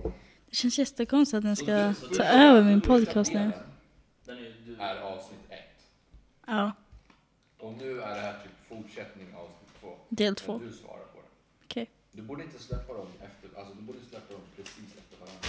Det känns jättekonstigt att den ska ta över min podcast nu. Den är avsnitt 1. Ja. Och nu är det här typ fortsättning av avsnitt 2. Del 2. Du svarar på det. Okej. Du borde inte släppa dem efter, alltså du borde släppa dem precis efter varandra.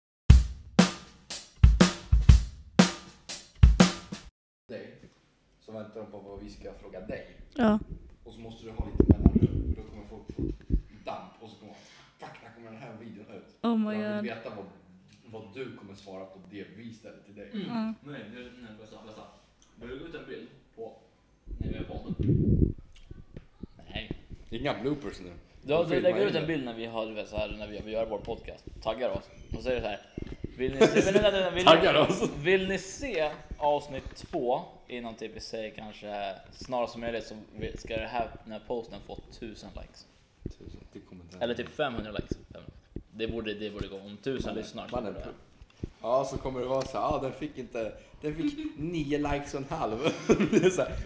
Dig, så väntar de på vad vi ska fråga dig. Ja. Och så måste du ha lite mellanrum. Då kommer folk få damp och så kommer fuck, när kommer den här videon ut? Oh my Jag god. vill veta vad du kommer svara på det vi ställer till dig. Nej, vänta. Vill du gå ut en bild på när vi är på den? Nej. Inga bloopers nu. Då lägger ut en bild när vi har så här, när vi gör vår podcast. Taggar oss. Och så är det så här. Vill ni se avsnitt 2 inom typ säg kanske snarast som möjligt, så ska det här, den här posten få 1000 likes. 1000 till kommentarer. Eller typ 500 likes. Det borde gå om 1000 lyssnar. Ja, så kommer det vara så här, den fick 9 likes och en halv. Det är så här.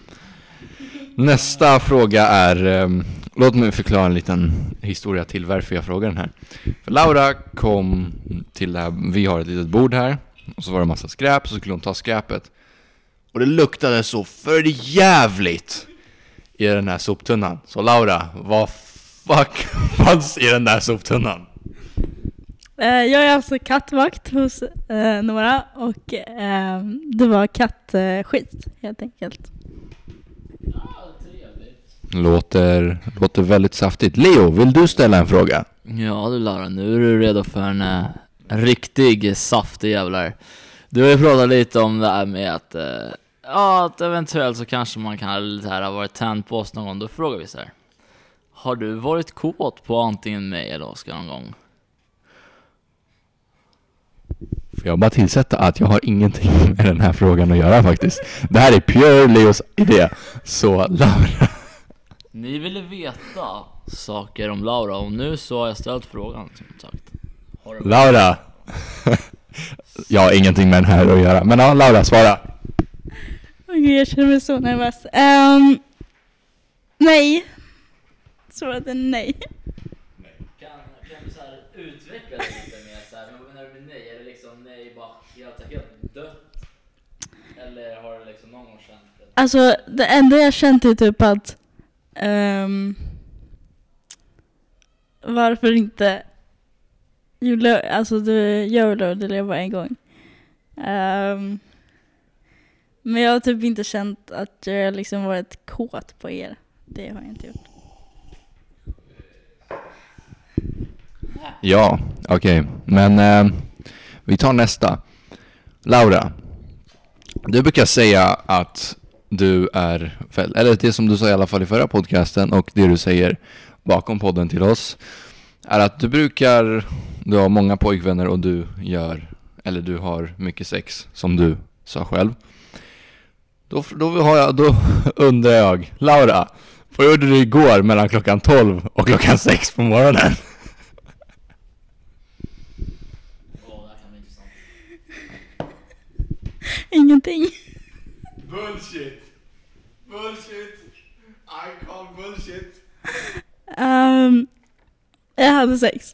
Nästa fråga är, låt mig förklara en liten historia till varför jag frågar den här. För Laura kom till det här, vi har ett litet bord här, och så var det en massa skräp, så skulle hon ta skräpet. Och det luktade så för jävligt i den här soptunnan. Så Laura, vad fuck fanns i den där soptunnan? Jag är alltså kattvakt hos några och det var kattskit helt enkelt. Låter väldigt saftigt. Leo, vill du ställa en fråga? Ja du Laura, nu är du redo för en riktig saftig jävlar. Du har ju pratat lite om det här med att att eventuellt så kanske man kan ha varit tänd på oss någon gång. Då frågar vi så här: har du varit kåt på antingen mig eller Oskar någon gång? Får jag bara tillsätta att jag har ingenting med den här frågan att göra faktiskt. Det här är pure Leos idé. Så Laura. Ni ville veta saker om Laura och nu så har jag ställt frågan som sagt. Laura. Jag har ingenting med den här att göra. Men ja, Laura, svara. Okej, jag känner mig så nervös. Nej. Svaret är nej. Kan du så här utveckla det lite mer så här, men när du menar nej, är det liksom nej bara helt dött? Eller har du liksom någon gång känt det? Alltså, det enda jag känt är typ att varför inte YOLO, det lever bara en gång. Men jag har typ inte känt att jag liksom varit kåt på er. Det har jag inte gjort. Ja, okej. Men vi tar nästa. Laura, du brukar säga att du är, eller det som du sa i alla fall i förra podcasten och det du säger bakom podden till oss, är att du har många pojkvänner och du har mycket sex, som du sa själv. Då undrar jag, Laura, vad gjorde du igår mellan klockan 12 och klockan 6 på morgonen? Ingenting. Bullshit. I call bullshit. Jag hade sex.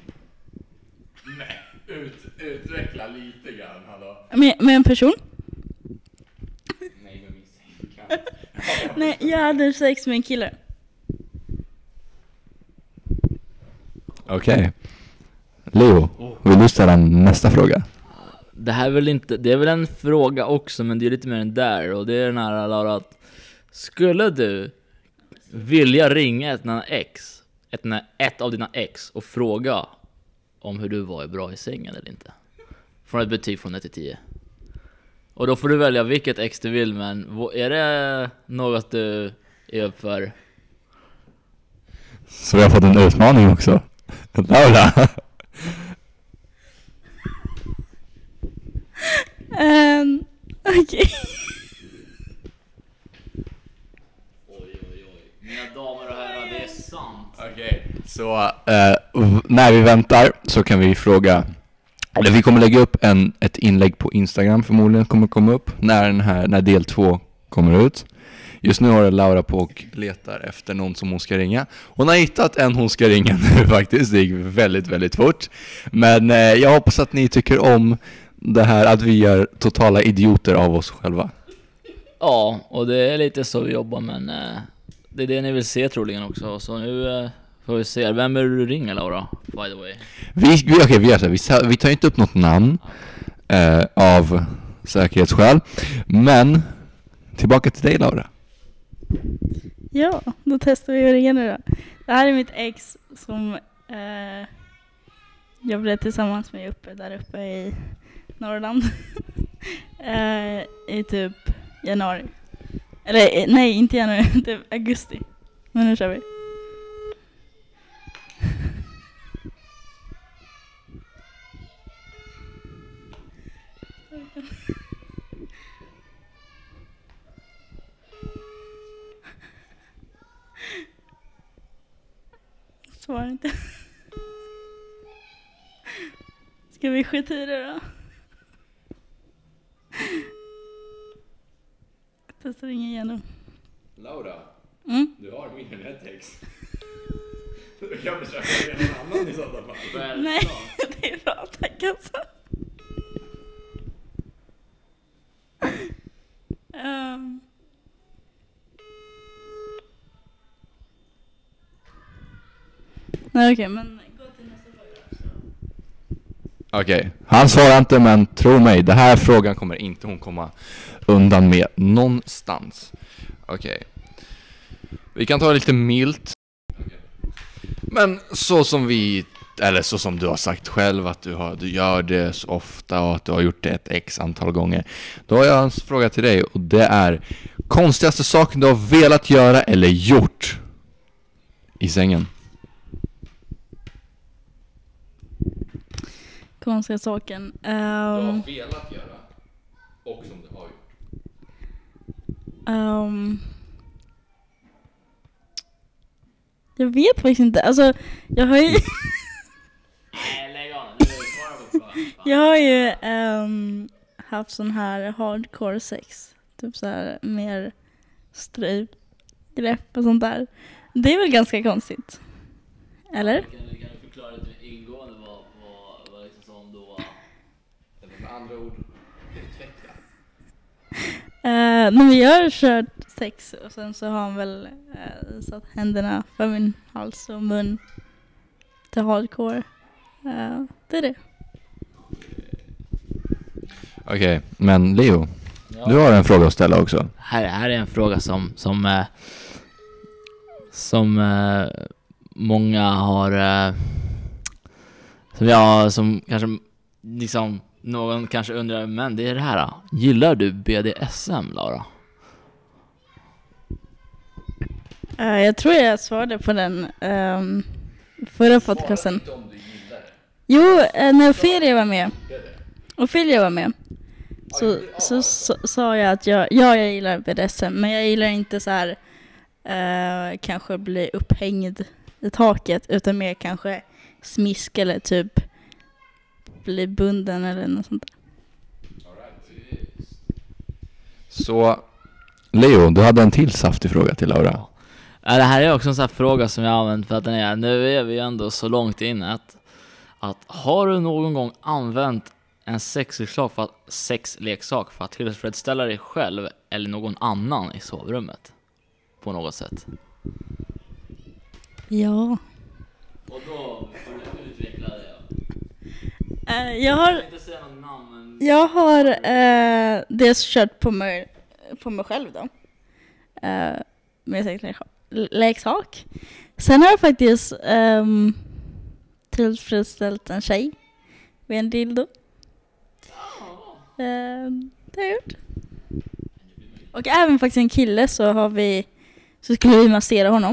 Nej, utveckla lite grann, hallå. Med en person? Nej, med min sängkant. Nej, jag hade sex med en kille. Okej. Leo, vill du ställa nästa fråga? Det här är väl inte, det är väl en fråga också, men det är lite mer än där. Och det är den här, Laura, att skulle du vilja ringa ett av dina ex och fråga om hur du var bra i sängen eller inte? Från ett betyg från 1 till 10. Och då får du välja vilket ex du vill, men är det något du är upp för? Så vi har fått en utmaning också. Laura. Okej. Oj. Mina damer och herrar, det är sant. Okej. Så när vi väntar så kan vi fråga, eller vi kommer lägga upp ett inlägg på Instagram, förmodligen kommer komma upp när del 2 kommer ut. Just nu har Laura på och letar efter någon som hon ska ringa. Hon har hittat en hon ska ringa nu faktiskt. Det gick väldigt, väldigt fort. Men jag hoppas att ni tycker om det här att vi gör totala idioter av oss själva. Ja, och det är lite så vi jobbar, men det är det ni vill se troligen också. Så nu får vi se. Vem är du ringer, Laura? By the way. Vi gör så här. Vi tar inte upp något namn av säkerhetsskäl. Men tillbaka till dig, Laura. Ja, då testar vi att ringa nu då. Det här är mitt ex som jag blev tillsammans med där uppe i Norrland. I typ januari. Eller nej, inte januari, typ augusti. Men nu kör vi. Svarar inte. Ska vi skita i det då? Testa ringa igen då. Laura, du har mer än ett ex. Du kan försöka med någon annan i sådana fall. Nej, det är bra, tack alltså. Nej, okej, men gå till nästa fråga. Okej, han svarar inte, men tro mig, den här frågan kommer inte hon komma undan med någonstans. Okej. Vi kan ta det lite milt. Men så som så som du har sagt själv att du gör det så ofta och att du har gjort det ett x antal gånger. Då har jag en fråga till dig, och det är konstigaste saken du har velat göra eller gjort i sängen. Konstiga saken. Du har velat göra och som du har gjort. Jag vet faktiskt inte. Alltså, jag har ju... Nej, lägg av. Nu svarar på frågan. Jag har ju haft sån här hardcore sex. Typ så här mer strypgrepp och sånt där. Det är väl ganska konstigt. Eller? Kan du förklara lite ingående vad liksom som då... Eller med andra ord, utveckla. När vi har kört sex och sen så har han väl satt händerna för min hals och mun till hardcore. Det är det. Okej, men Leo, Ja. du har en fråga att ställa också. Här är en fråga som många har som kanske liksom någon kanske undrar, men det är det här. Gillar du BDSM, Laura? Jag tror jag svarade på den förra podcasten. Inte om du gillar det. Jo, när Ophelia var med. Ophelia var med. Så sa jag att jag gillar BDSM, men jag gillar inte så här kanske bli upphängd i taket, utan mer kanske smisk eller typ bli bunden eller något sånt där. Så Leo, du hade en till saftig fråga till Laura. Ja, det här är också en sån här fråga som jag använt för att nu är vi ändå så långt in att har du någon gång använt en sexleksak för att tillfredsställa dig själv eller någon annan i sovrummet på något sätt? Ja. Och då får du utveckla det. Jag har inte säga något namn, men... Jag har dels kört på mig själv då. Med sexleksak. Sen har jag faktiskt tillfredsställt en tjej med en dildo. Det har jag gjort. Och även faktiskt en kille så skulle vi massera honom.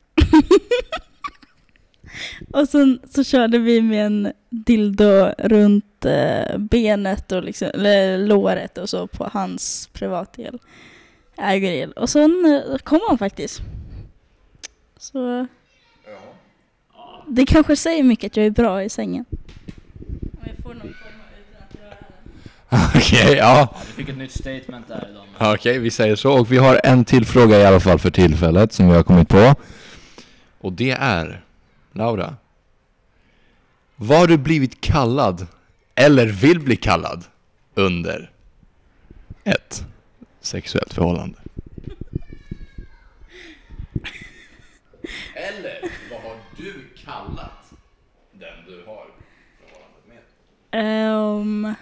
Och sen så körde vi med en dildo runt benet och liksom, eller låret och så på hans privatdel. Ägordel. Och sen kom han faktiskt. Så det kanske säger mycket att jag är bra i sängen. Och jag får nog komma utan att göra det. Okej, ja. Vi fick ett nytt statement där idag. Okej, vi säger så. Och vi har en till fråga i alla fall för tillfället som vi har kommit på. Och det är, Laura, vad har du blivit kallad eller vill bli kallad under ett sexuellt förhållande? Eller vad har du kallat den du har förhållandet med?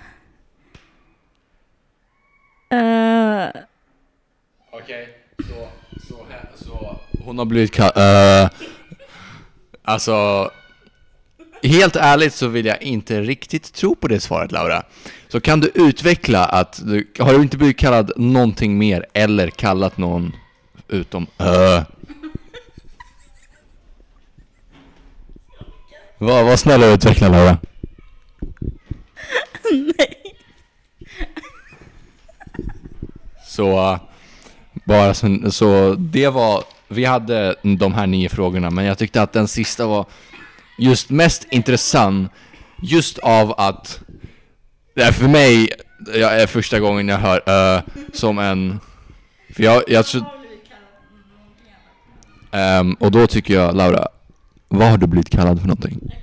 Okej, så hon har blivit alltså, helt ärligt så vill jag inte riktigt tro på det svaret, Laura. Så kan du utveckla att har du inte blivit kallad någonting mer eller kallat någon utom Vad snälla utveckla, Laura. Nej. Så bara så det var, vi hade de här 9 frågorna, men jag tyckte att den sista var just mest intressant just av att för mig är första gången jag hör som en, för jag tror, och då tycker jag, Laura, vad har du blivit kallad för någonting?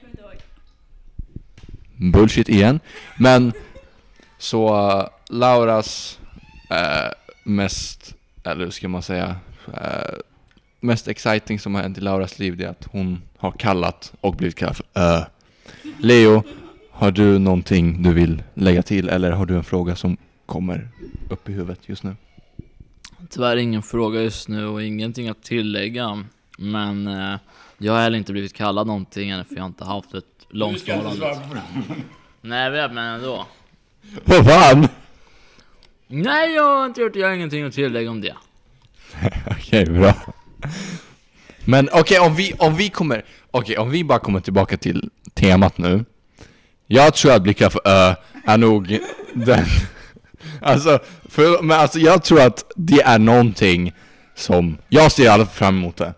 Bullshit igen. Men så Lauras mest, eller hur ska man säga, mest exciting som har hänt i Lauras liv, det är att hon har kallat och blivit kallad för Leo, har du någonting du vill lägga till, eller har du en fråga som kommer upp i huvudet just nu? Tyvärr ingen fråga just nu och ingenting att tillägga. Men jag har heller inte blivit kallad någonting än, för jag har inte haft ett långt förhållande. Nej, jag vet, men ändå. Vad fan? Nej, jag har inte gjort det. Jag har ingenting att tillägga om det. Okej, bra. Men okej, om vi bara kommer tillbaka till temat nu. Jag tror att bli kallad för är nog den. Men jag tror att det är någonting som jag ser alla fram emot det.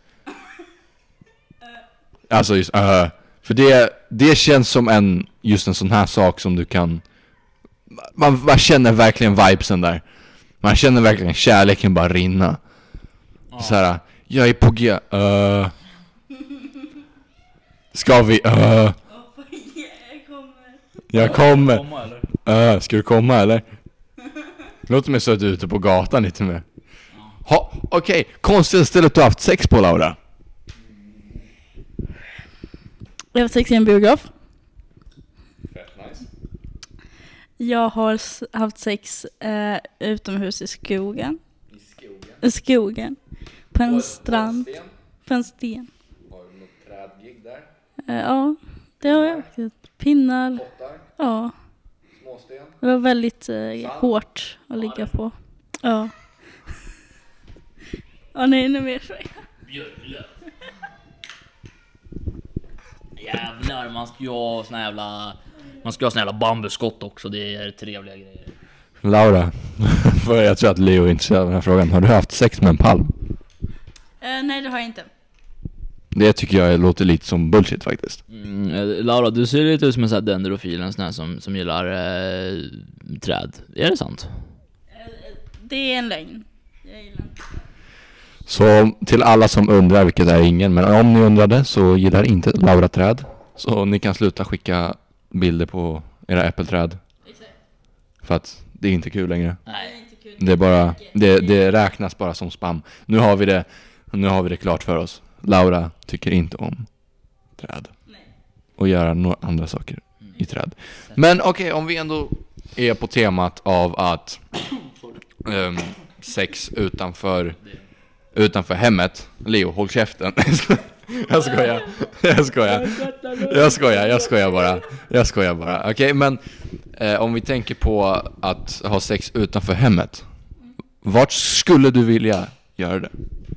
Alltså just för det känns som en sån här sak som du kan, man känner verkligen vibesen där. Man känner verkligen kärleken bara rinna. Så här, jag är på G. Ska vi jag kommer. Ska du komma eller? Låt mig så att du är ute på gatan lite mer. Okej, konstigt stället du har haft sex på, Laura. Jag har haft sex i en biograf. Nice. Jag har haft sex utomhus i skogen. I skogen? I skogen. På en strand. På en sten. Har du något trädgig där? Ja, det har jag. Pinnar. Pottar? Ja. Småsten? Det var väldigt hårt att ligga på. Ja. Ja, nej, nu mer så. Björklöv. Jävlar, man ska ju ha såna jävla bambuskott också. Det är trevliga grejer. Laura, för jag tror att Leo är intresserad av den här frågan. Har du haft sex med en palm? Nej, det har jag inte. Det tycker jag låter lite som bullshit faktiskt. Laura, du ser lite ut som en sån här dendrofil, en sån här som gillar träd. Är det sant? Det är en lögn. Jag gillar inte. Så till alla som undrar, vilket är ingen, men om ni undrade så gillar inte Laura träd. Så ni kan sluta skicka bilder på era äppelträd. För att det är inte kul längre. Nej. Det är bara, det räknas bara som spam. Nu har vi det klart för oss. Laura tycker inte om träd. Och göra några andra saker i träd. Men okej, om vi ändå är på temat av att sex utanför hemmet. Leo, håll käften. Jag skojar bara. Okej, men om vi tänker på att ha sex utanför hemmet. Vart skulle du vilja göra det?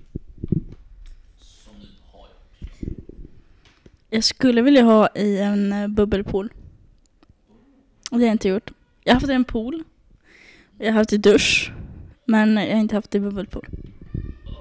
Jag skulle vilja ha i en bubbelpool. Det har jag inte gjort. Jag har haft en pool. Jag har haft i dusch. Men jag har inte haft i bubbelpool.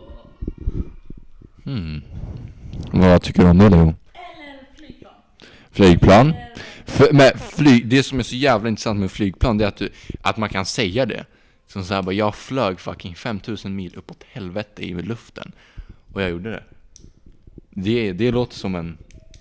Vad tycker du om det, Leo? Eller flygplan. Flygplan. Det som är så jävla intressant med flygplan, det är att man kan säga det. Som så här bara, jag flög fucking 5000 mil uppåt helvete i luften. Och jag gjorde det. Det låter som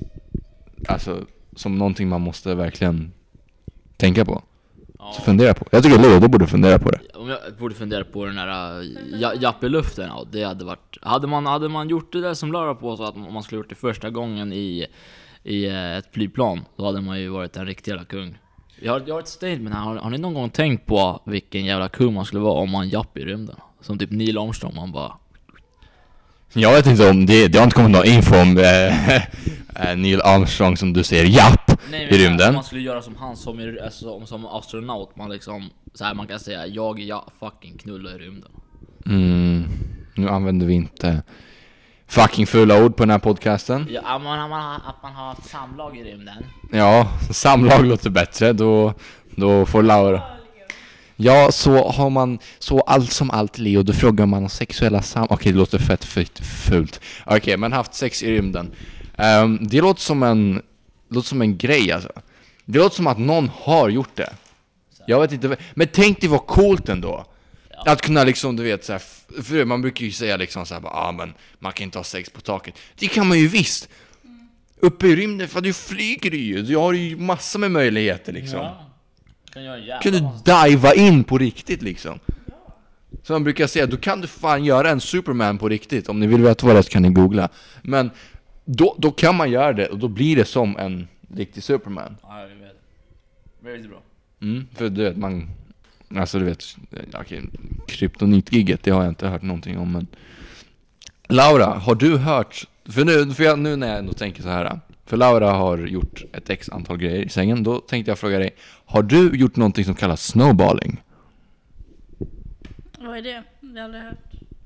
som någonting man måste verkligen tänka på. Så fundera på. Jag tycker Leo, du borde fundera på det. Om jag borde fundera på den där japp i luften, ja, det hade varit... Hade man gjort det där som Laura på, så att man skulle gjort det första gången i ett flygplan, då hade man ju varit en riktig jävla kung. Jag har ett statement här. Har ni någon gång tänkt på vilken jävla kung man skulle vara om man japp i rymden? Som typ Neil Armstrong, man bara... Jag vet inte om det har inte kommit någon info om Neil Armstrong som du säger japp i rymden. Om man skulle göra som han som astronaut, man liksom så här, man kan säga jag fucking knullar i rymden. Nu använder vi inte fucking fulla ord på den här podcasten. Ja, men att man har ett samlag i rymden. Ja, samlag låter bättre. Då får Laura. Ja, så har man så allt som allt, Leo, då frågar man om sexuella Okej, det låter fett fult. Okej, men haft sex i rymden. Det låter som en grej, alltså. Det låter som att någon har gjort det. Jag vet inte, men tänk dig vad coolt ändå. Ja. Att kunna liksom, du vet så här, för man brukar ju säga liksom så här, men man kan inte ha sex på taket. Det kan man ju visst. Uppe i rymden, för du flyger ju. Du har ju massor med möjligheter liksom. Ja. Kan du diva in på riktigt liksom? Så man brukar säga, då kan du fan göra en Superman på riktigt. Om ni vill veta vad det är så kan ni googla. Men då kan man göra det, och då blir det som en riktig Superman. Ja, jag vet. Väldigt bra. För du vet, man... Alltså du vet, kryptonitgigget, det har jag inte hört någonting om. Men Laura, har du hört... För nu när jag ändå tänker så här... För Laura har gjort ett x antal grejer i sängen. Då tänkte jag fråga dig, har du gjort någonting som kallas snowballing? Vad är det? Jag har aldrig hört.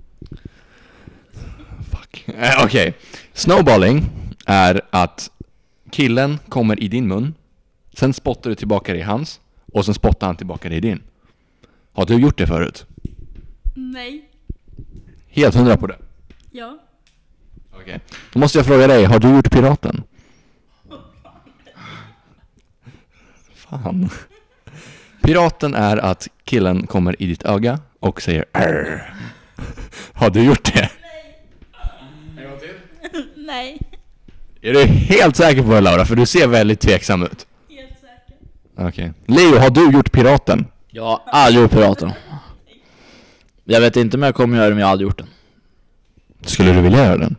Fuck. Okej. Snowballing är att killen kommer i din mun, sen spottar du tillbaka det i hans, och sen spottar han tillbaka det i din. Har du gjort det förut? Nej. Helt 100 på det? Ja. Okej. Då måste jag fråga dig, har du gjort piraten? Fan. Piraten är att killen kommer i ditt öga och säger arr. Har du gjort det? En gång till? Nej. Är du helt säker på det, Laura? För du ser väldigt tveksam ut. Helt säker. Okej. Leo, har du gjort piraten? Jag har aldrig gjort piraten. Jag vet inte om jag kommer göra det, men jag har aldrig gjort den. Skulle du vilja göra den?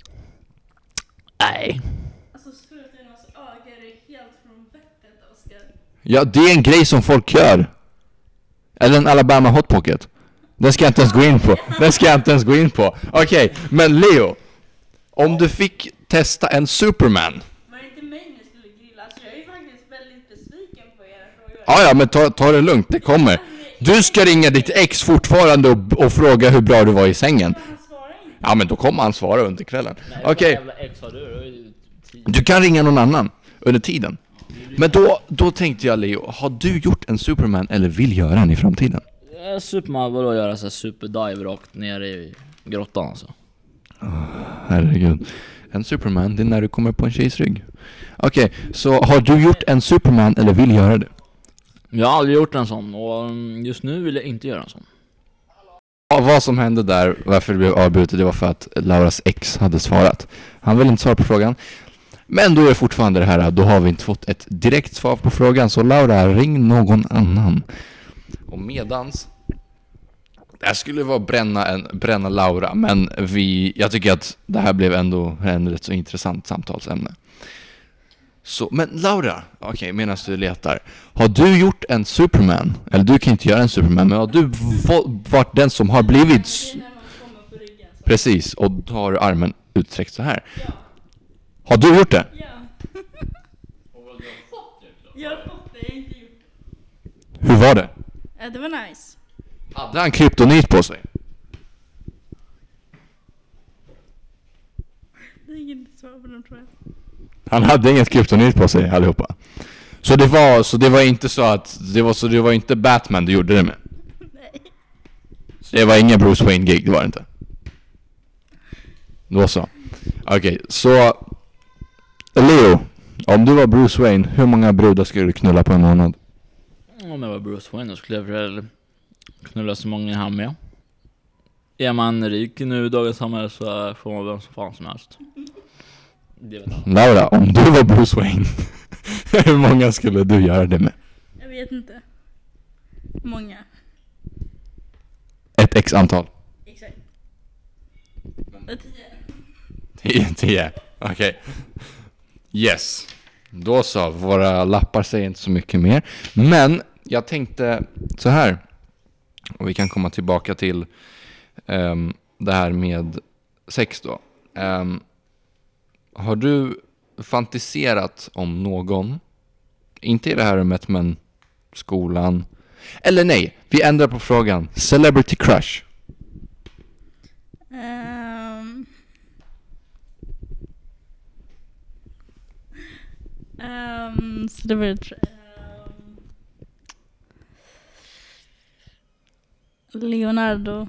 Nej. Alltså skruta i någons öga är helt från vettet, Oskar. Ja, det är en grej som folk gör. Eller en Alabama Hot Pocket. Den ska jag inte ens gå in på. Okej, men Leo, om du fick testa en Superman. Var det inte mig ni skulle grilla? Alltså jag är faktiskt väldigt besviken på era frågor. Ja, men ta det lugnt, det kommer. Du ska ringa ditt ex fortfarande och fråga hur bra du var i sängen. Han svarar inte. Ja, men då kommer han svara under kvällen. Okej. Ex har du? Du kan ringa någon annan under tiden. Men då tänkte jag, Leo, har du gjort en Superman eller vill göra en i framtiden? Superman, vadå göra så här superdive rakt ner i grottan alltså? Herregud. En Superman, det är när du kommer på en tjejs rygg. Okej, så har du gjort en Superman eller vill göra det? Jag har aldrig gjort en sån, och just nu vill jag inte göra en sån. Ja, vad som hände där, varför det blev avbrutet, det var för att Lauras ex hade svarat. Han vill inte svara på frågan. Men då är det fortfarande det här, då har vi inte fått ett direkt svar på frågan. Så Laura, ring någon annan. Och medans, det skulle vara bränna Laura, men jag tycker att det här blev ändå en rätt så intressant samtalsämne. Så, men Laura, okej, medan du letar, har du gjort en Superman? Eller du kan inte göra en Superman, men har du varit den som har blivit... Det är när man kommer på ryggen. Så. Precis, och har armen utsträckt så här. Ja. Har du gjort det? Ja. Jag har fått det, jag har inte gjort det. Hur var det? Det var nice. Hade han kryptonit på sig? Det är inget svar på den, tror jag. Han hade inget kryptonit på sig allihopa. Så det var inte så att det var inte Batman du gjorde det med. Nej. Så det var ingen Bruce Wayne gig, det var det inte. Då så. Okej, så Leo, Om du var Bruce Wayne, hur många brudar skulle du knulla på en månad? Om jag var Bruce Wayne, då skulle jag väl knulla så många han med. Är man rik nu i dagens samhälle så får man vem som fan som helst. Det vet jag. Laura, om du var Bruce Wayne, hur många skulle du göra det med? Jag vet inte. Många. Ett x antal. Exakt. 10. Okej. Yes. Då så, våra lappar säger inte så mycket mer. Men jag tänkte så här. Och vi kan komma tillbaka till det här med sex då. Har du fantiserat om någon? Inte i det här rummet, men skolan. Eller nej, vi ändrar på frågan. Celebrity crush. Så det var Leonardo.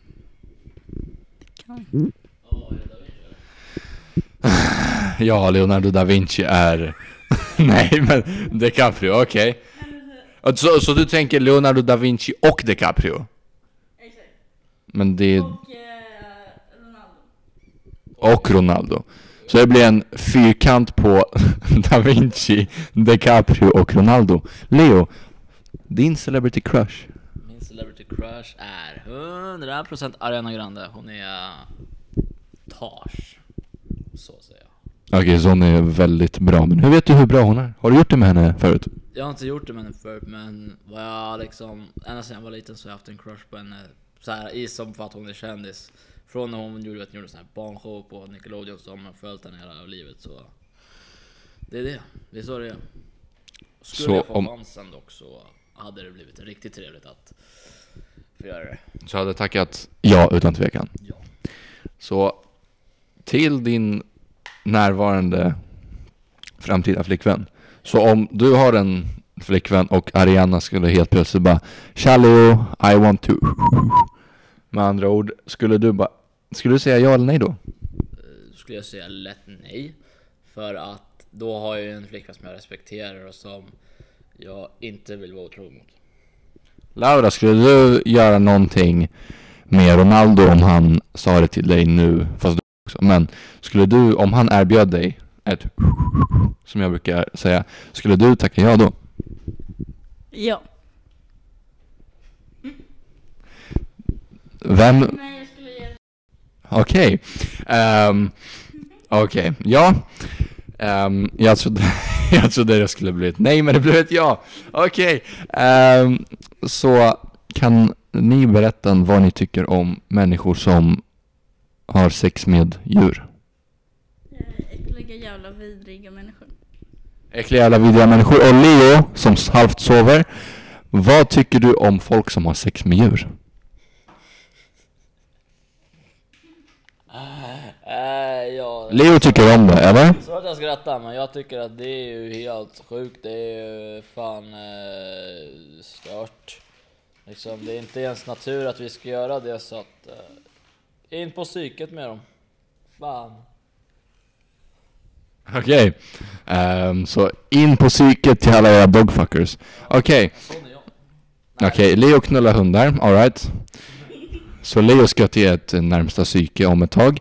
Ja, Leonardo da Vinci är... Nej, men DiCaprio, okej. Så du tänker Leonardo da Vinci och DiCaprio? Exakt. Men det är... Ronaldo. Och Ronaldo. Så det blir en fyrkant på Da Vinci, DiCaprio och Ronaldo. Leo, din celebrity crush? Min celebrity crush är 100% Ariana Grande. Hon är Taj. Så säger jag. Okej, så hon är väldigt bra. Men hur vet du hur bra hon är? Har du gjort det med henne förut? Jag har inte gjort det med henne förut, men vad jag liksom, ända sedan jag var liten så har jag haft en crush på henne. Så här, i som för att hon är kändis. Från när hon gjorde en sån här barnshow på Nickelodeon som har följt henne hela livet. Så det är det. Det är så det är. Skulle Så jag få om... chansen dock så hade det blivit riktigt trevligt att få göra det. Så hade tackat ja utan tvekan. Ja. Så till din närvarande framtida flickvän. Så om du har en flickvän och Ariana skulle helt plötsligt bara Shallow, I want to. Med andra ord, skulle du säga ja eller nej då? Skulle jag säga lätt nej. För att då har jag ju en flickvän som jag respekterar och som jag inte vill vara otrogen mot. Laura, skulle du göra någonting med Ronaldo om han sa det till dig nu? Fast du också. Men skulle du, om han erbjöd dig ett som jag brukar säga, skulle du tacka ja då? Ja. Vem? Nej, jag skulle göra... Okej. Okej, ja. Jag trodde det skulle bli ett nej, men det blev ett ja. Okej. Så kan ni berätta vad ni tycker om människor som har sex med djur? Äckliga jävla vidriga människor. Äckliga jävla vidriga människor. Och Leo, som halvt sover. Vad tycker du om folk som har sex med djur? Ja. Leo tycker om det, eller? Så att jag skrattar, men jag tycker att det är ju helt sjukt. Det är ju fan stört. Liksom, det är inte ens natur att vi ska göra det, så att in på psyket med dem. Fan. Okej. Så in på psyket till alla era dogfuckers. Okej. Okej, Leo knullar hundar, all right. Så Leo ska till ett närmsta psyke om ett tag.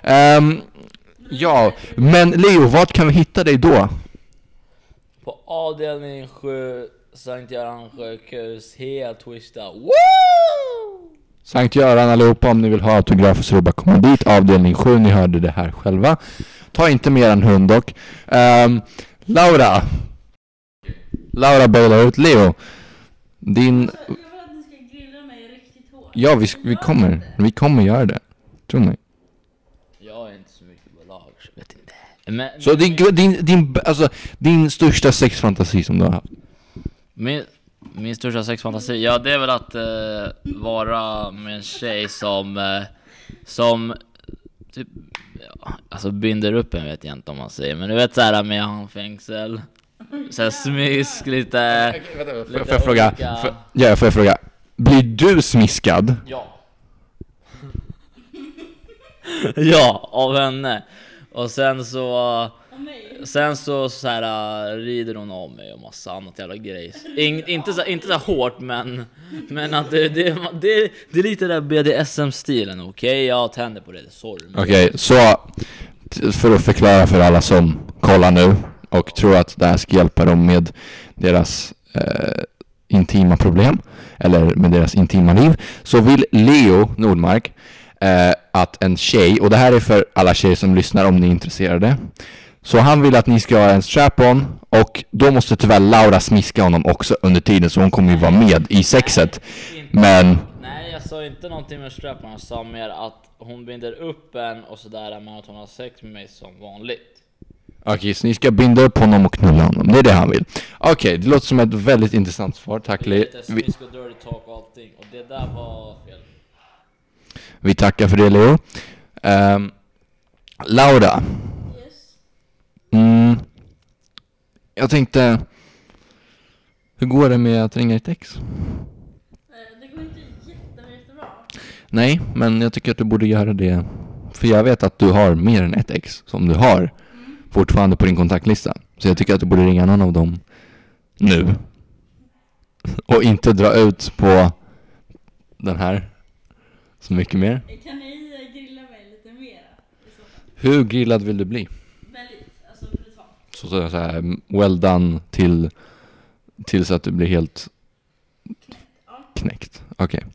Ja, men Leo, vart kan vi hitta dig då? På avdelning 7, Sankt Göran sjukhus, helt twistad. Woo! Sankt Göran allihopa, om ni vill ha autografer så är det bara komma dit. Avdelning 7, ni hörde det här själva. Ta inte mer än hund dock. Laura bailar ut Leo. Din... Jag vill att ni ska grilla mig riktigt hårt. Ja, vi kommer göra det. Tror ni? Jag är inte så mycket på lag, så vet inte. Men, Så din största sexfantasi som du har haft? Min största sexfantasi, ja, det är väl att vara med en tjej som typ, ja, alltså binder upp en, vet jag inte om man säger, men du vet såhär med handfängsel, såhär smisk, lite. Får jag fråga? Blir du smiskad? Ja. Ja, av henne. Och sen så Sen så här rider hon av mig och massa annat jävla grejs. Inte så hårt, men att det är lite där BDSM-stilen. Okej, jag tänder på det, sorry. Okej, så för att förklara för alla som kollar nu och tror att det här ska hjälpa dem med deras intima problem eller med deras intima liv, så vill Leo Nordmark att en tjej, och det här är för alla tjejer som lyssnar om ni är intresserade, så han vill att ni ska ha en strap-on, och då måste tyvärr Laura smiska honom också under tiden, så hon kommer ju vara med i sexet. Men nej, jag sa inte någonting med strap-on. Jag sa mer att hon binder upp en och sådär, men att hon har sex med mig som vanligt. okej, så ni ska binda upp honom och knulla honom. Det är det han vill. Okej, det låter som ett väldigt intressant svar. Tack, Lite smisk och dirty talk och allting. Och det där var fel. Vi tackar för det, Leo. Laura. Jag tänkte, hur går det med att ringa ett ex? Det går inte jättebra. Nej, men jag tycker att du borde göra det. För jag vet att du har mer än ett ex som du har fortfarande på din kontaktlista. Så jag tycker att du borde ringa någon av dem nu. Och inte dra ut på den här så mycket mer. Kan ni grilla mig lite mer? Hur grillad vill du bli? Väldigt, alltså brutalt. Så här, well done tills att du blir helt knäckt. Okej.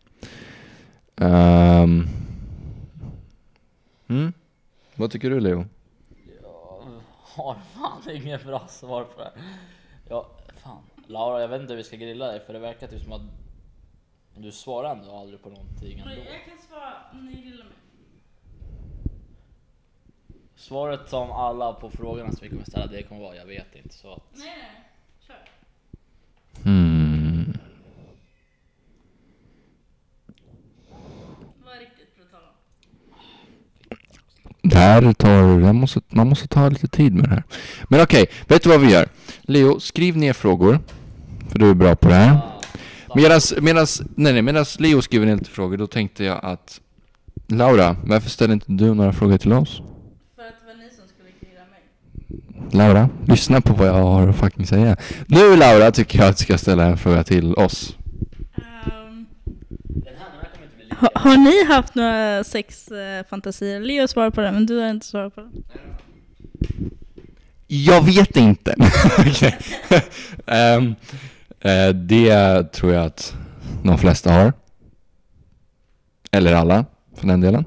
Vad tycker du, Leo? Jag har fan ingen bra svar på det. Ja, fan. Laura, jag vet inte hur vi ska grilla dig, för det verkar typ som att du svarar ändå aldrig på någonting ändå. Jag kan svara om ni grillar mig. Svaret som alla på frågorna som vi kommer ställa, det kommer vara jag vet inte, så att... Nej, kör. Vad är riktigt brutalt? Man måste ta lite tid med det här. Men okej, vet du vad vi gör? Leo, skriv ner frågor, för du är bra på det här. Medan Leo skriver ner lite frågor, då tänkte jag att Laura, varför ställer inte du några frågor till oss? För att det var ni som skulle grilla mig. Laura, lyssna på vad jag har att faktiskt säga. Nu, Laura, tycker jag att du ska ställa en fråga till oss. Har ni haft några sexfantasier? Leo svarar på det, men du har inte svarat på det. Jag vet inte. Det tror jag att de flesta har. Eller alla, för den delen.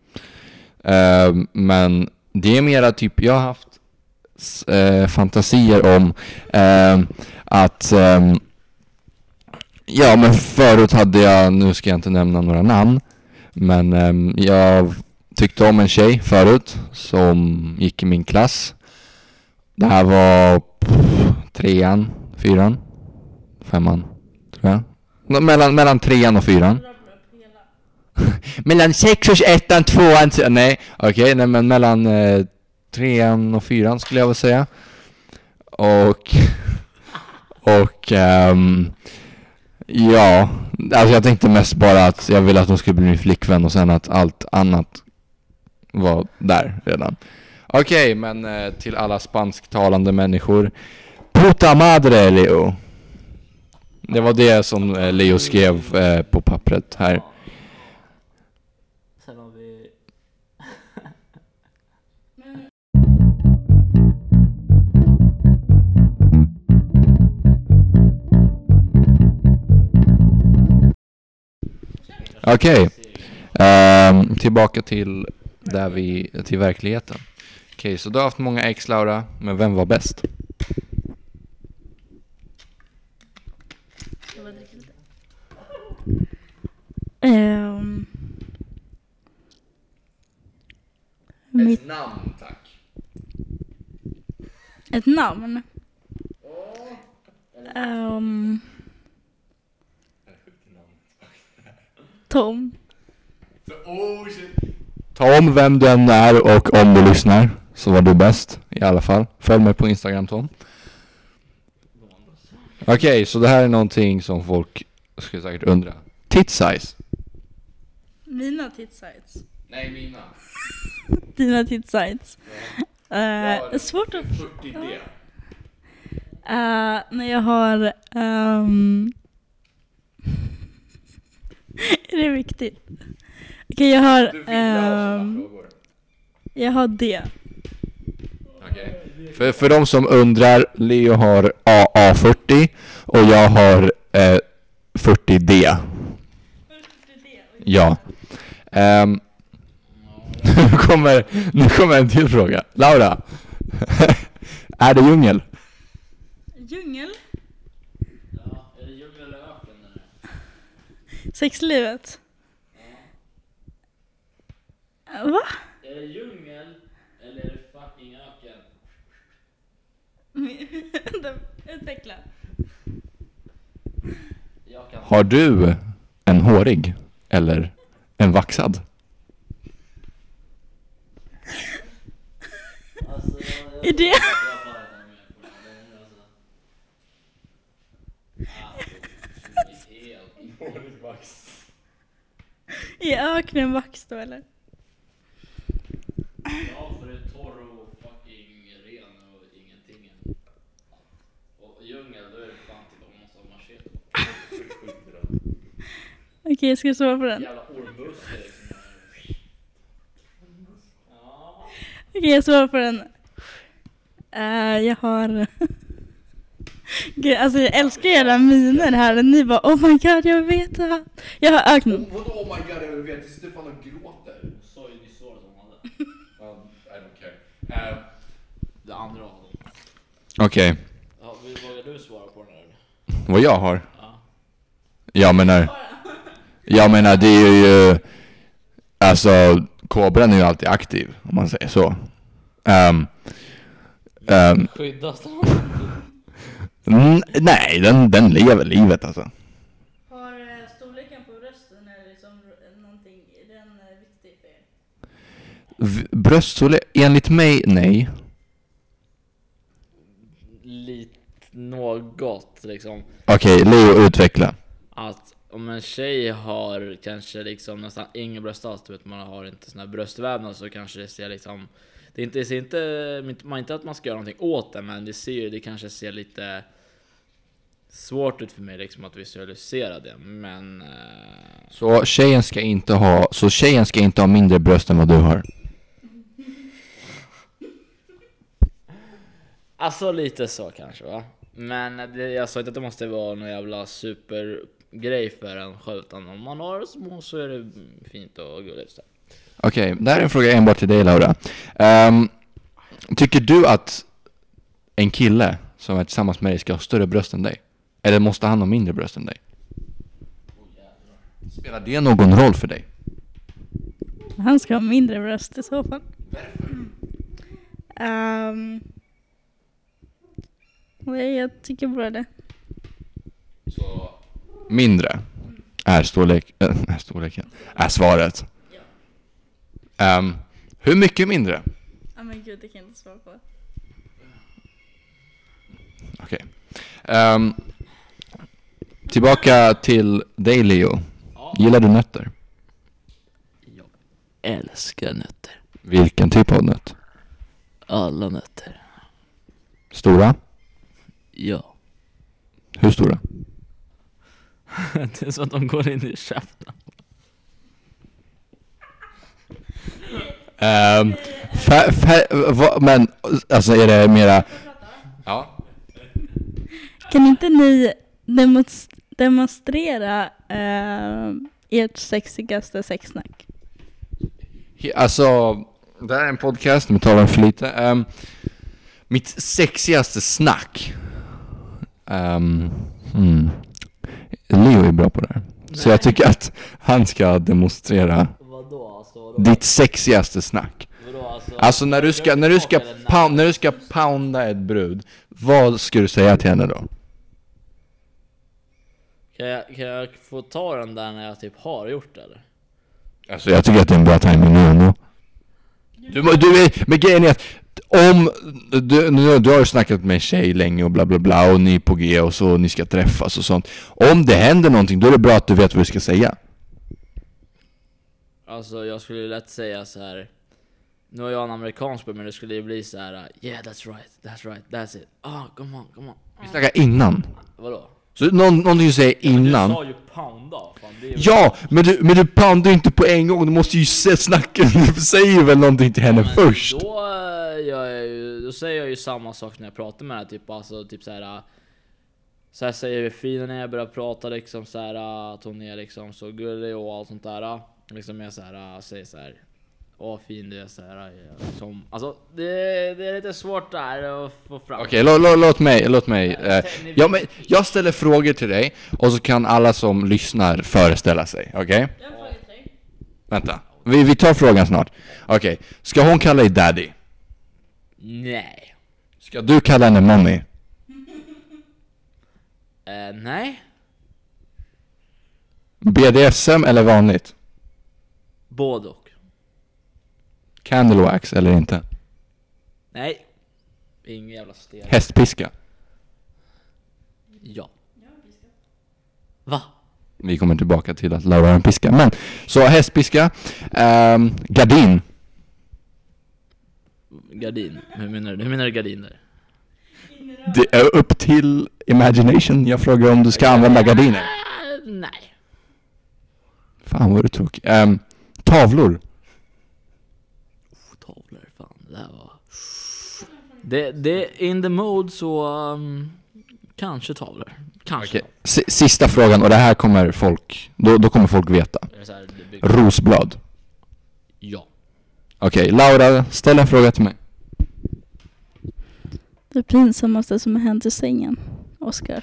Men det är mera typ, jag har haft fantasier om att ja, men förut hade jag, nu ska jag inte nämna några namn, men jag tyckte om en tjej förut som gick i min klass. Det här var 3:an, 4:an, 5:an, tror jag. Mellan 3:an och 4:an. Mellan 6 och 1:an, 2:an, nej, okej, nej, men mellan 3:an och 4:an skulle jag väl säga. Och ja, alltså jag tänkte mest bara att jag ville att hon skulle bli min flickvän och sen att allt annat var där redan. Okej, men till alla spansktalande människor, puta madre, Leo. Det var det som Leo skrev på pappret här. Sen har vi... Okej. Tillbaka till till verkligheten. Okej, så du har haft många ex, Laura, men vem var bäst? Ett namn, tack. Ett namn? Tom. Tom, vem du än är och om du lyssnar, så var du bäst i alla fall. Följ mig på Instagram, Tom. Okej, så det här är någonting som folk skulle säkert undra. Tit size. Mina tit sites. Nej, mina. Dina tit sites. Svårt att... 40D. När jag har... är det viktigt? Okej, jag har... Du vill ha sådana frågor. jag har det. Okay. För de som undrar, Leo har AA40 och jag har 40D. Ja. Nu kommer en till fråga. Laura, är det djungel? Djungel? Ja, är det djungel eller öken eller? Sexlivet? Va? Är det djungel eller är det fucking öken? Utveckla. Jag kan... Har du en hårig eller en vaxad? Alltså, Är det... Är öknen vax då eller? Ja, för det är torr och fucking ren och ingenting. Och djungel, då är det fan typ man måste ha machete. Okej, jag ska svara på den. Jävla ormbuske liksom. Ja. Okej, jag svarar på den. Jag har... Gud, alltså jag älskar era miner här. Ni bara, oh my god, jag vet det. Jag har öknen. Vadå oh my god, jag vet. Det sitter fan och gråter. Hon sa ju nyss svaret hon hade. I don't care. Det andra av dem. Okej. Ja, vågar du svara på den här? Vad jag har? Ja. Jag menar det är ju... Alltså, kobran är ju alltid aktiv, om man säger så. Skyddas den? Nej, den lever livet alltså. Har storleken på brösten eller liksom någonting, är den viktig för er? Bröststorlek, enligt mig, nej. Lite något liksom. Okej, Leo, utveckla. Att om en tjej har kanske liksom nästan ingen bröstas, du vet, man har inte såna här bröstvävnad, så kanske det ser liksom, det ser inte, man inte att man ska göra någonting åt det, men det kanske ser lite svårt ut för mig liksom att visualisera det, men Så tjejen ska inte ha mindre bröst än vad du har. alltså lite så kanske, va? Men jag sa inte att det måste vara någon jävla supergrej för en själv, utan om man har små så är det fint och gulligt. Okej, det här är en fråga enbart till dig, Laura. Tycker du att en kille som är tillsammans med dig ska ha större bröst än dig? Eller måste han ha mindre bröst än dig? Spelar det någon roll för dig? Han ska ha mindre bröst i så fall. Jag tycker bara det. Så mindre är storleken är svaret. Hur mycket mindre? Ja men gud, det kan jag inte svara på. Okej. Tillbaka till dig, Leo. Gillar du nötter? Jag älskar nötter. Vilken typ av nöt? Alla nötter. Stora? Ja. Hur stora? Det är så att de går in i käften. Men alltså är det mera... Ja. Kan inte ni demonstrera ert sexigaste sexsnack? Alltså, det här är en podcast, vi talar för lite. Mitt sexigaste snack. Leo är bra på det här. Så jag tycker att han ska demonstrera Vadå? ditt sexigaste snack. Vadå, Alltså när du ska pounda ett brud, vad ska du säga till henne då? Kan jag få ta den där när jag typ har gjort det, eller? Alltså jag tycker att det är en bra timing nu ändå. Men grejen är att om du har ju snackat med en tjej länge och bla bla bla och ni är på G och så ni ska träffas och sånt. Om det händer någonting, då är det bra att du vet vad du ska säga. Alltså jag skulle lätt säga så här: Nu är jag en amerikansk men det skulle ju bli så här. Yeah, that's right, that's it. Come on. Vi snackar innan. Vadå? Så någonting du säger innan. Du sa ju pounda. Fan, det är Ja, men du poundar inte på en gång. Du måste ju snacka. Du säger väl någonting till henne först. Då säger jag ju samma sak när jag pratar med henne. Typ, alltså, typ så här säger vi fin när jag börjar prata liksom så här att hon är liksom så gullig och allt sånt där. Liksom jag så här säger så här. Åh fin du är så här liksom. Alltså det är lite svårt där att få fram. Okej, låt mig. Ja, men jag ställer frågor till dig och så kan alla som lyssnar föreställa sig, okej? Vänta. Vi tar frågan snart. Okej. Ska hon kalla dig daddy? Nej. Ska du kalla henne mommy? Nej. BDSM eller vanligt? Både och. Candle wax eller inte? Nej. Ingen jävla stel. Hästpiska? Ja. Va? Vi kommer tillbaka till att Laura har en piska. Men, så hästpiska. Gardin? Gardin. Hur menar du gardiner? Det är upp till imagination. Jag frågar om du ska använda gardiner. Nej. Fan vad är det tråkigt. Tavlor? Tavlor, fan. Det här var... Det in the mode så... kanske tavlor. Kanske. Okay. Sista frågan, och det här kommer folk... Då kommer folk veta. Rosblad? Ja. Okej, Laura, ställ en fråga till mig. Det pinsammaste som har hänt i sängen, Oscar.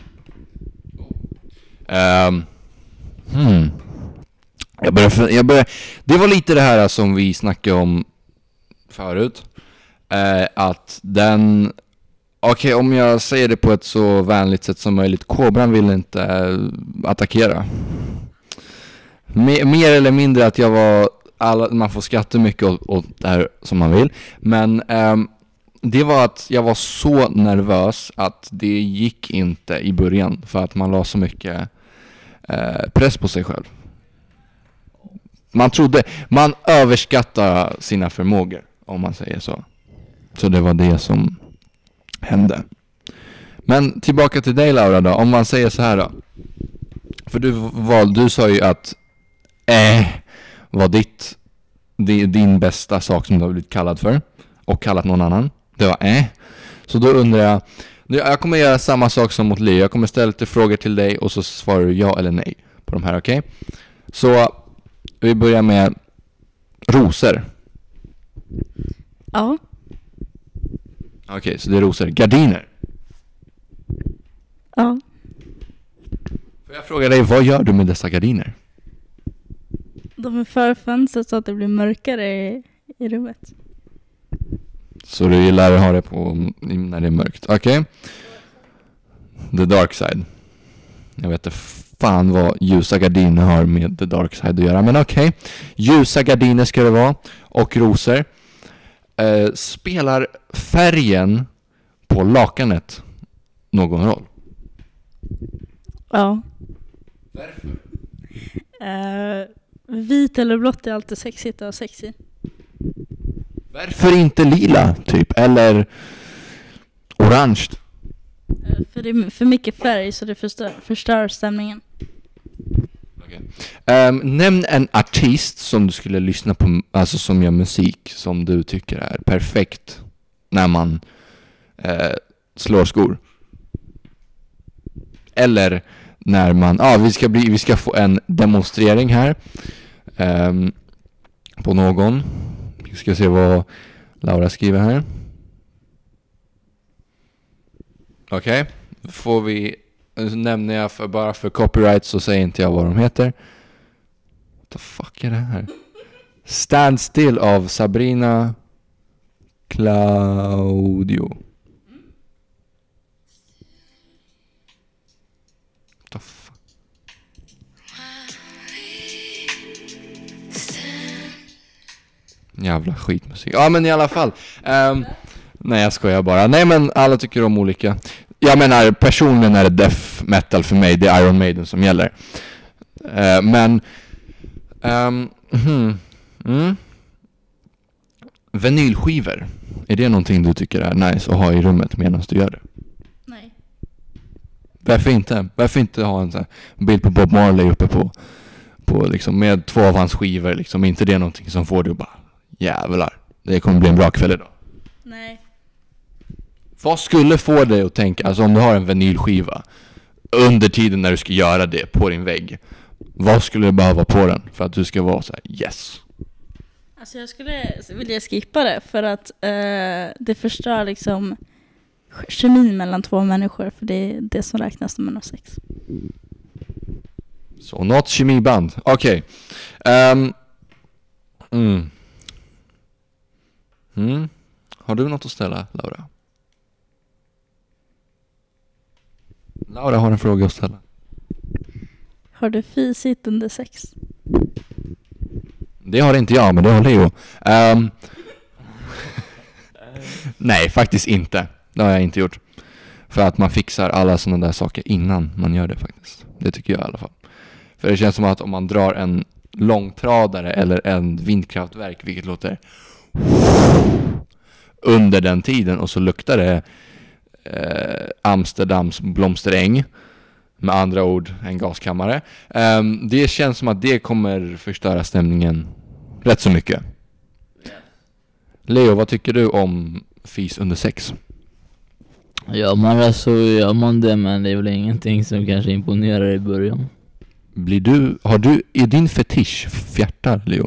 Det var lite det här som vi snackade om förut. Att den... Okej, om jag säger det på ett så vänligt sätt som möjligt. Kobran vill inte attackera. Mer eller mindre att jag var... man får skratta mycket åt det här som man vill. Men det var att jag var så nervös att det gick inte i början. För att man la så mycket press på sig själv. Man överskattar sina förmågor, om man säger så. Så det var det som hände. Men tillbaka till dig, Laura då. Om man säger så här då. För du sa ju att var din bästa sak som du har blivit kallad för. Och kallat någon annan. Det var Så då undrar jag kommer göra samma sak som mot Leo. Jag kommer ställa lite frågor till dig och så svarar du ja eller nej på de här, okej? Så vi börjar med rosor. Ja. Okej, så det är rosor. Gardiner. Ja. Får jag fråga dig, vad gör du med dessa gardiner? De är för fönstret så att det blir mörkare i rummet. Så du gillar att ha det på när det är mörkt. Okej. The dark side. Jag vet inte fan vad ljusa gardiner har med the dark side att göra. Men okej. Ljusa gardiner ska det vara. Och rosor. Spelar färgen på lakanet någon roll? Ja. Varför? Vit eller blått är alltid sexigt och sexy. Varför inte lila typ? Eller orange? För det är för mycket färg så det förstör stämningen. Okay. Nämn en artist som du skulle lyssna på, alltså som gör musik som du tycker är perfekt när man slår skor. Eller när man vi ska få en demonstrering här på någon. Vi ska se vad Laura skriver här. Okej. Får vi nämner jag bara för copyright så säger inte jag vad de heter. What the fuck är det här? Stand Still av Sabrina Claudio. What the fuck? Jävla skitmusik. Ja men i alla fall. Nej jag skojar bara. Nej men alla tycker om olika. Jag menar personligen är det death metal för mig. Det är Iron Maiden som gäller. vinylskivor. Är det någonting du tycker är nice att ha i rummet medan du gör det? Nej. Varför inte? Varför inte ha en sån här bild på Bob Marley uppe på liksom med 2 av hans skivor liksom? Inte det någonting som får du att bara jävlar, det kommer bli en bra kväll idag. Nej. Vad skulle få dig att tänka, alltså om du har en vinylskiva under tiden när du ska göra det på din vägg, vad skulle du behöva på den för att du ska vara så här yes? Alltså jag skulle vilja skippa det för att det förstör liksom kemin mellan 2 människor, för det är det som räknas när man har sex. Så något kemiband. Okej. Har du något att ställa, Laura? Laura har en fråga att ställa. Har du fisit under sex? Det har inte jag, men det har Leo. Nej, faktiskt inte. Det har jag inte gjort. För att man fixar alla sådana där saker innan man gör det faktiskt. Det tycker jag i alla fall. För det känns som att om man drar en långtradare eller en vindkraftverk, vilket låter under den tiden, och så luktar det Amsterdams blomsteräng, med andra ord en gaskammare. Det känns som att det kommer förstöra stämningen rätt så mycket. Leo, vad tycker du om fis under sex? Ja, men så gör man det, men det är väl ingenting som kanske imponerar i början. Är din fetisch fjärtar, Leo?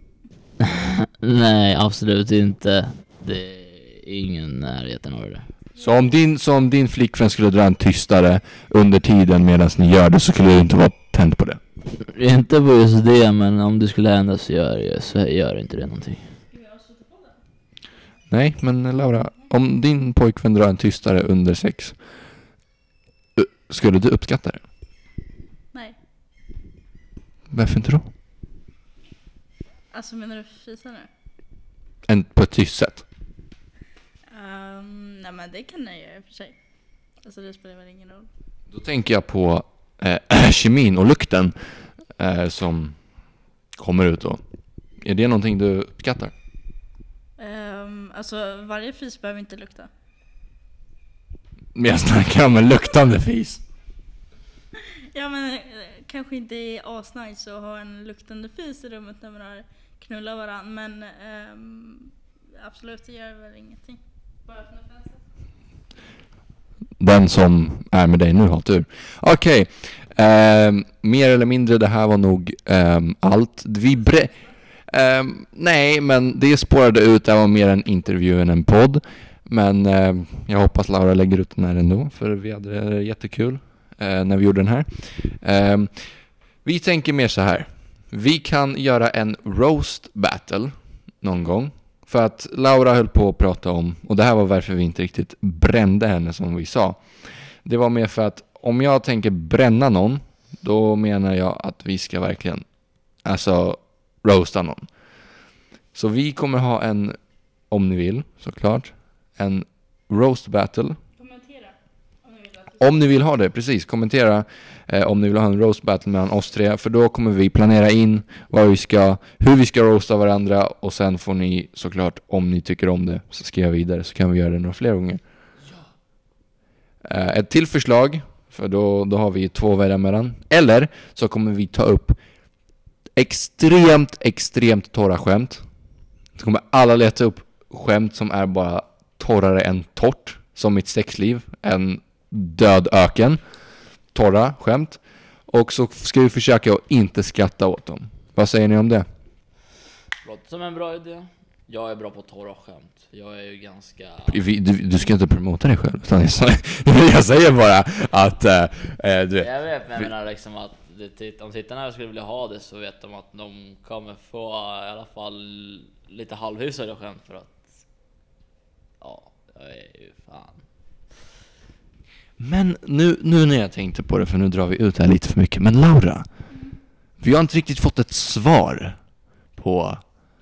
Nej, absolut inte. Det är ingen närheten av det. Så om din flickvän skulle dra en tystare under tiden medan ni gör det, så skulle du inte vara tänd på det? Inte på just det, men om det skulle hända så gör inte det någonting. Nej, men Laura, om din pojkvän drar en tystare under sex, skulle du uppskatta det? Nej. Varför inte då? Alltså menar du fisa nu? På ett tyst sätt? Nej, men det kan jag göra i och för sig. Alltså det spelar väl ingen roll. Då tänker jag på kemin och lukten som kommer ut då. Är det någonting du uppskattar? Alltså varje fis behöver inte lukta. Men jag snackar om en luktande fis. Ja, men kanske inte är asnice att ha en luktande fis i rummet när man har knullat varandra. Men absolut, det gör väl ingenting. Bara öppna fönstret. Den som är med dig nu har tur. Okej. Mer eller mindre, det här var nog allt. Nej, men det spårade ut. Det var mer en intervju än en podd. Men jag hoppas Laura lägger ut den här ändå, för vi hade det jättekul när vi gjorde den här. Vi tänker mer så här. Vi kan göra en roast battle någon gång. För att Laura höll på att prata om, och det här var varför vi inte riktigt brände henne som vi sa. Det var mer för att om jag tänker bränna någon, då menar jag att vi ska verkligen roasta någon. Så vi kommer ha en, om ni vill såklart, en roast battle. Kommentera Om ni vill ha det, precis. Kommentera om ni vill ha en roast battle mellan oss 3. För då kommer vi planera in hur vi ska roasta varandra. Och sen får ni såklart, om ni tycker om det, så skriva vidare. Så kan vi göra det några fler gånger. Ett till förslag, för då har vi 2 välja mellan. Eller så kommer vi ta upp extremt torra skämt. Så kommer alla leta upp skämt som är bara torrare än torrt. Som mitt sexliv, en död öken. Torra skämt. Och så ska vi försöka att inte skratta åt dem. Vad säger ni om det? Låter som en bra idé. Jag är bra på torra skämt. Jag är ju ganska... Du ska inte promota dig själv. Utan jag säger bara att... du... Jag vet, men jag menar liksom att om tittarna skulle vilja ha det, så vet de att de kommer få i alla fall lite halvhusade skämt, för att... Ja, jag är ju fan... Men nu när jag tänkte på det, för nu drar vi ut här lite för mycket. Men Laura, vi har inte riktigt fått ett svar på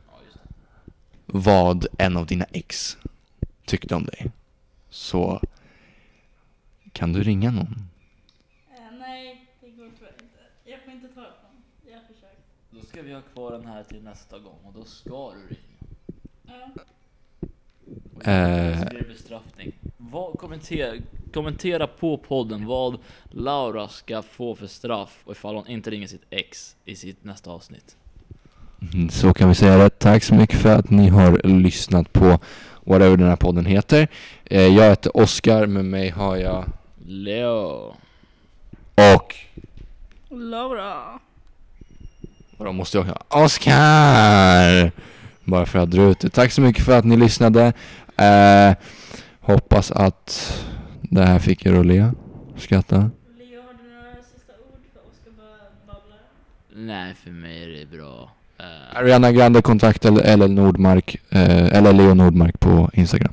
vad en av dina ex tyckte om dig. Så kan du ringa någon? Nej, det går tyvärr inte. Jag får inte ta upp dem. Jag har försökt. Då ska vi ha kvar den här till nästa gång, och då ska du ringa. Bestraffning. Kommentera på podden vad Laura ska få för straff och ifall hon inte ringer sitt ex i sitt nästa avsnitt. Så kan vi säga det. Tack så mycket för att ni har lyssnat på whatever den här podden heter. Jag heter Oskar, med mig har jag Leo och Laura. och då måste jag ha Oskar. Bara för att dra ut det. Tack så mycket för att ni lyssnade. Hoppas att det här fick er att le. Skratta. Leo, har du några sista ord för Oskar babblar? Nej, för mig är det bra. Ariana Grande, kontakt eller Nordmark eller Leo Nordmark på Instagram.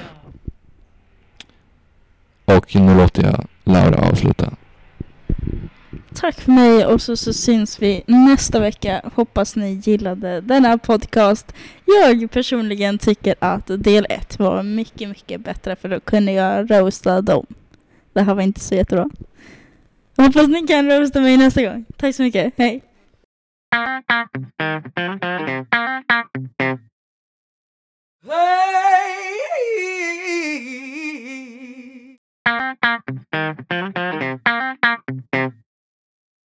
Och nu låter jag Laura avsluta. Tack för mig, och så syns vi nästa vecka. Hoppas ni gillade den här podcast. Jag personligen tycker att del 1 var mycket, mycket bättre, för då kunde jag roasta dem. Det här var inte så jättebra. Hoppas ni kan roasta mig nästa gång. Tack så mycket, hej!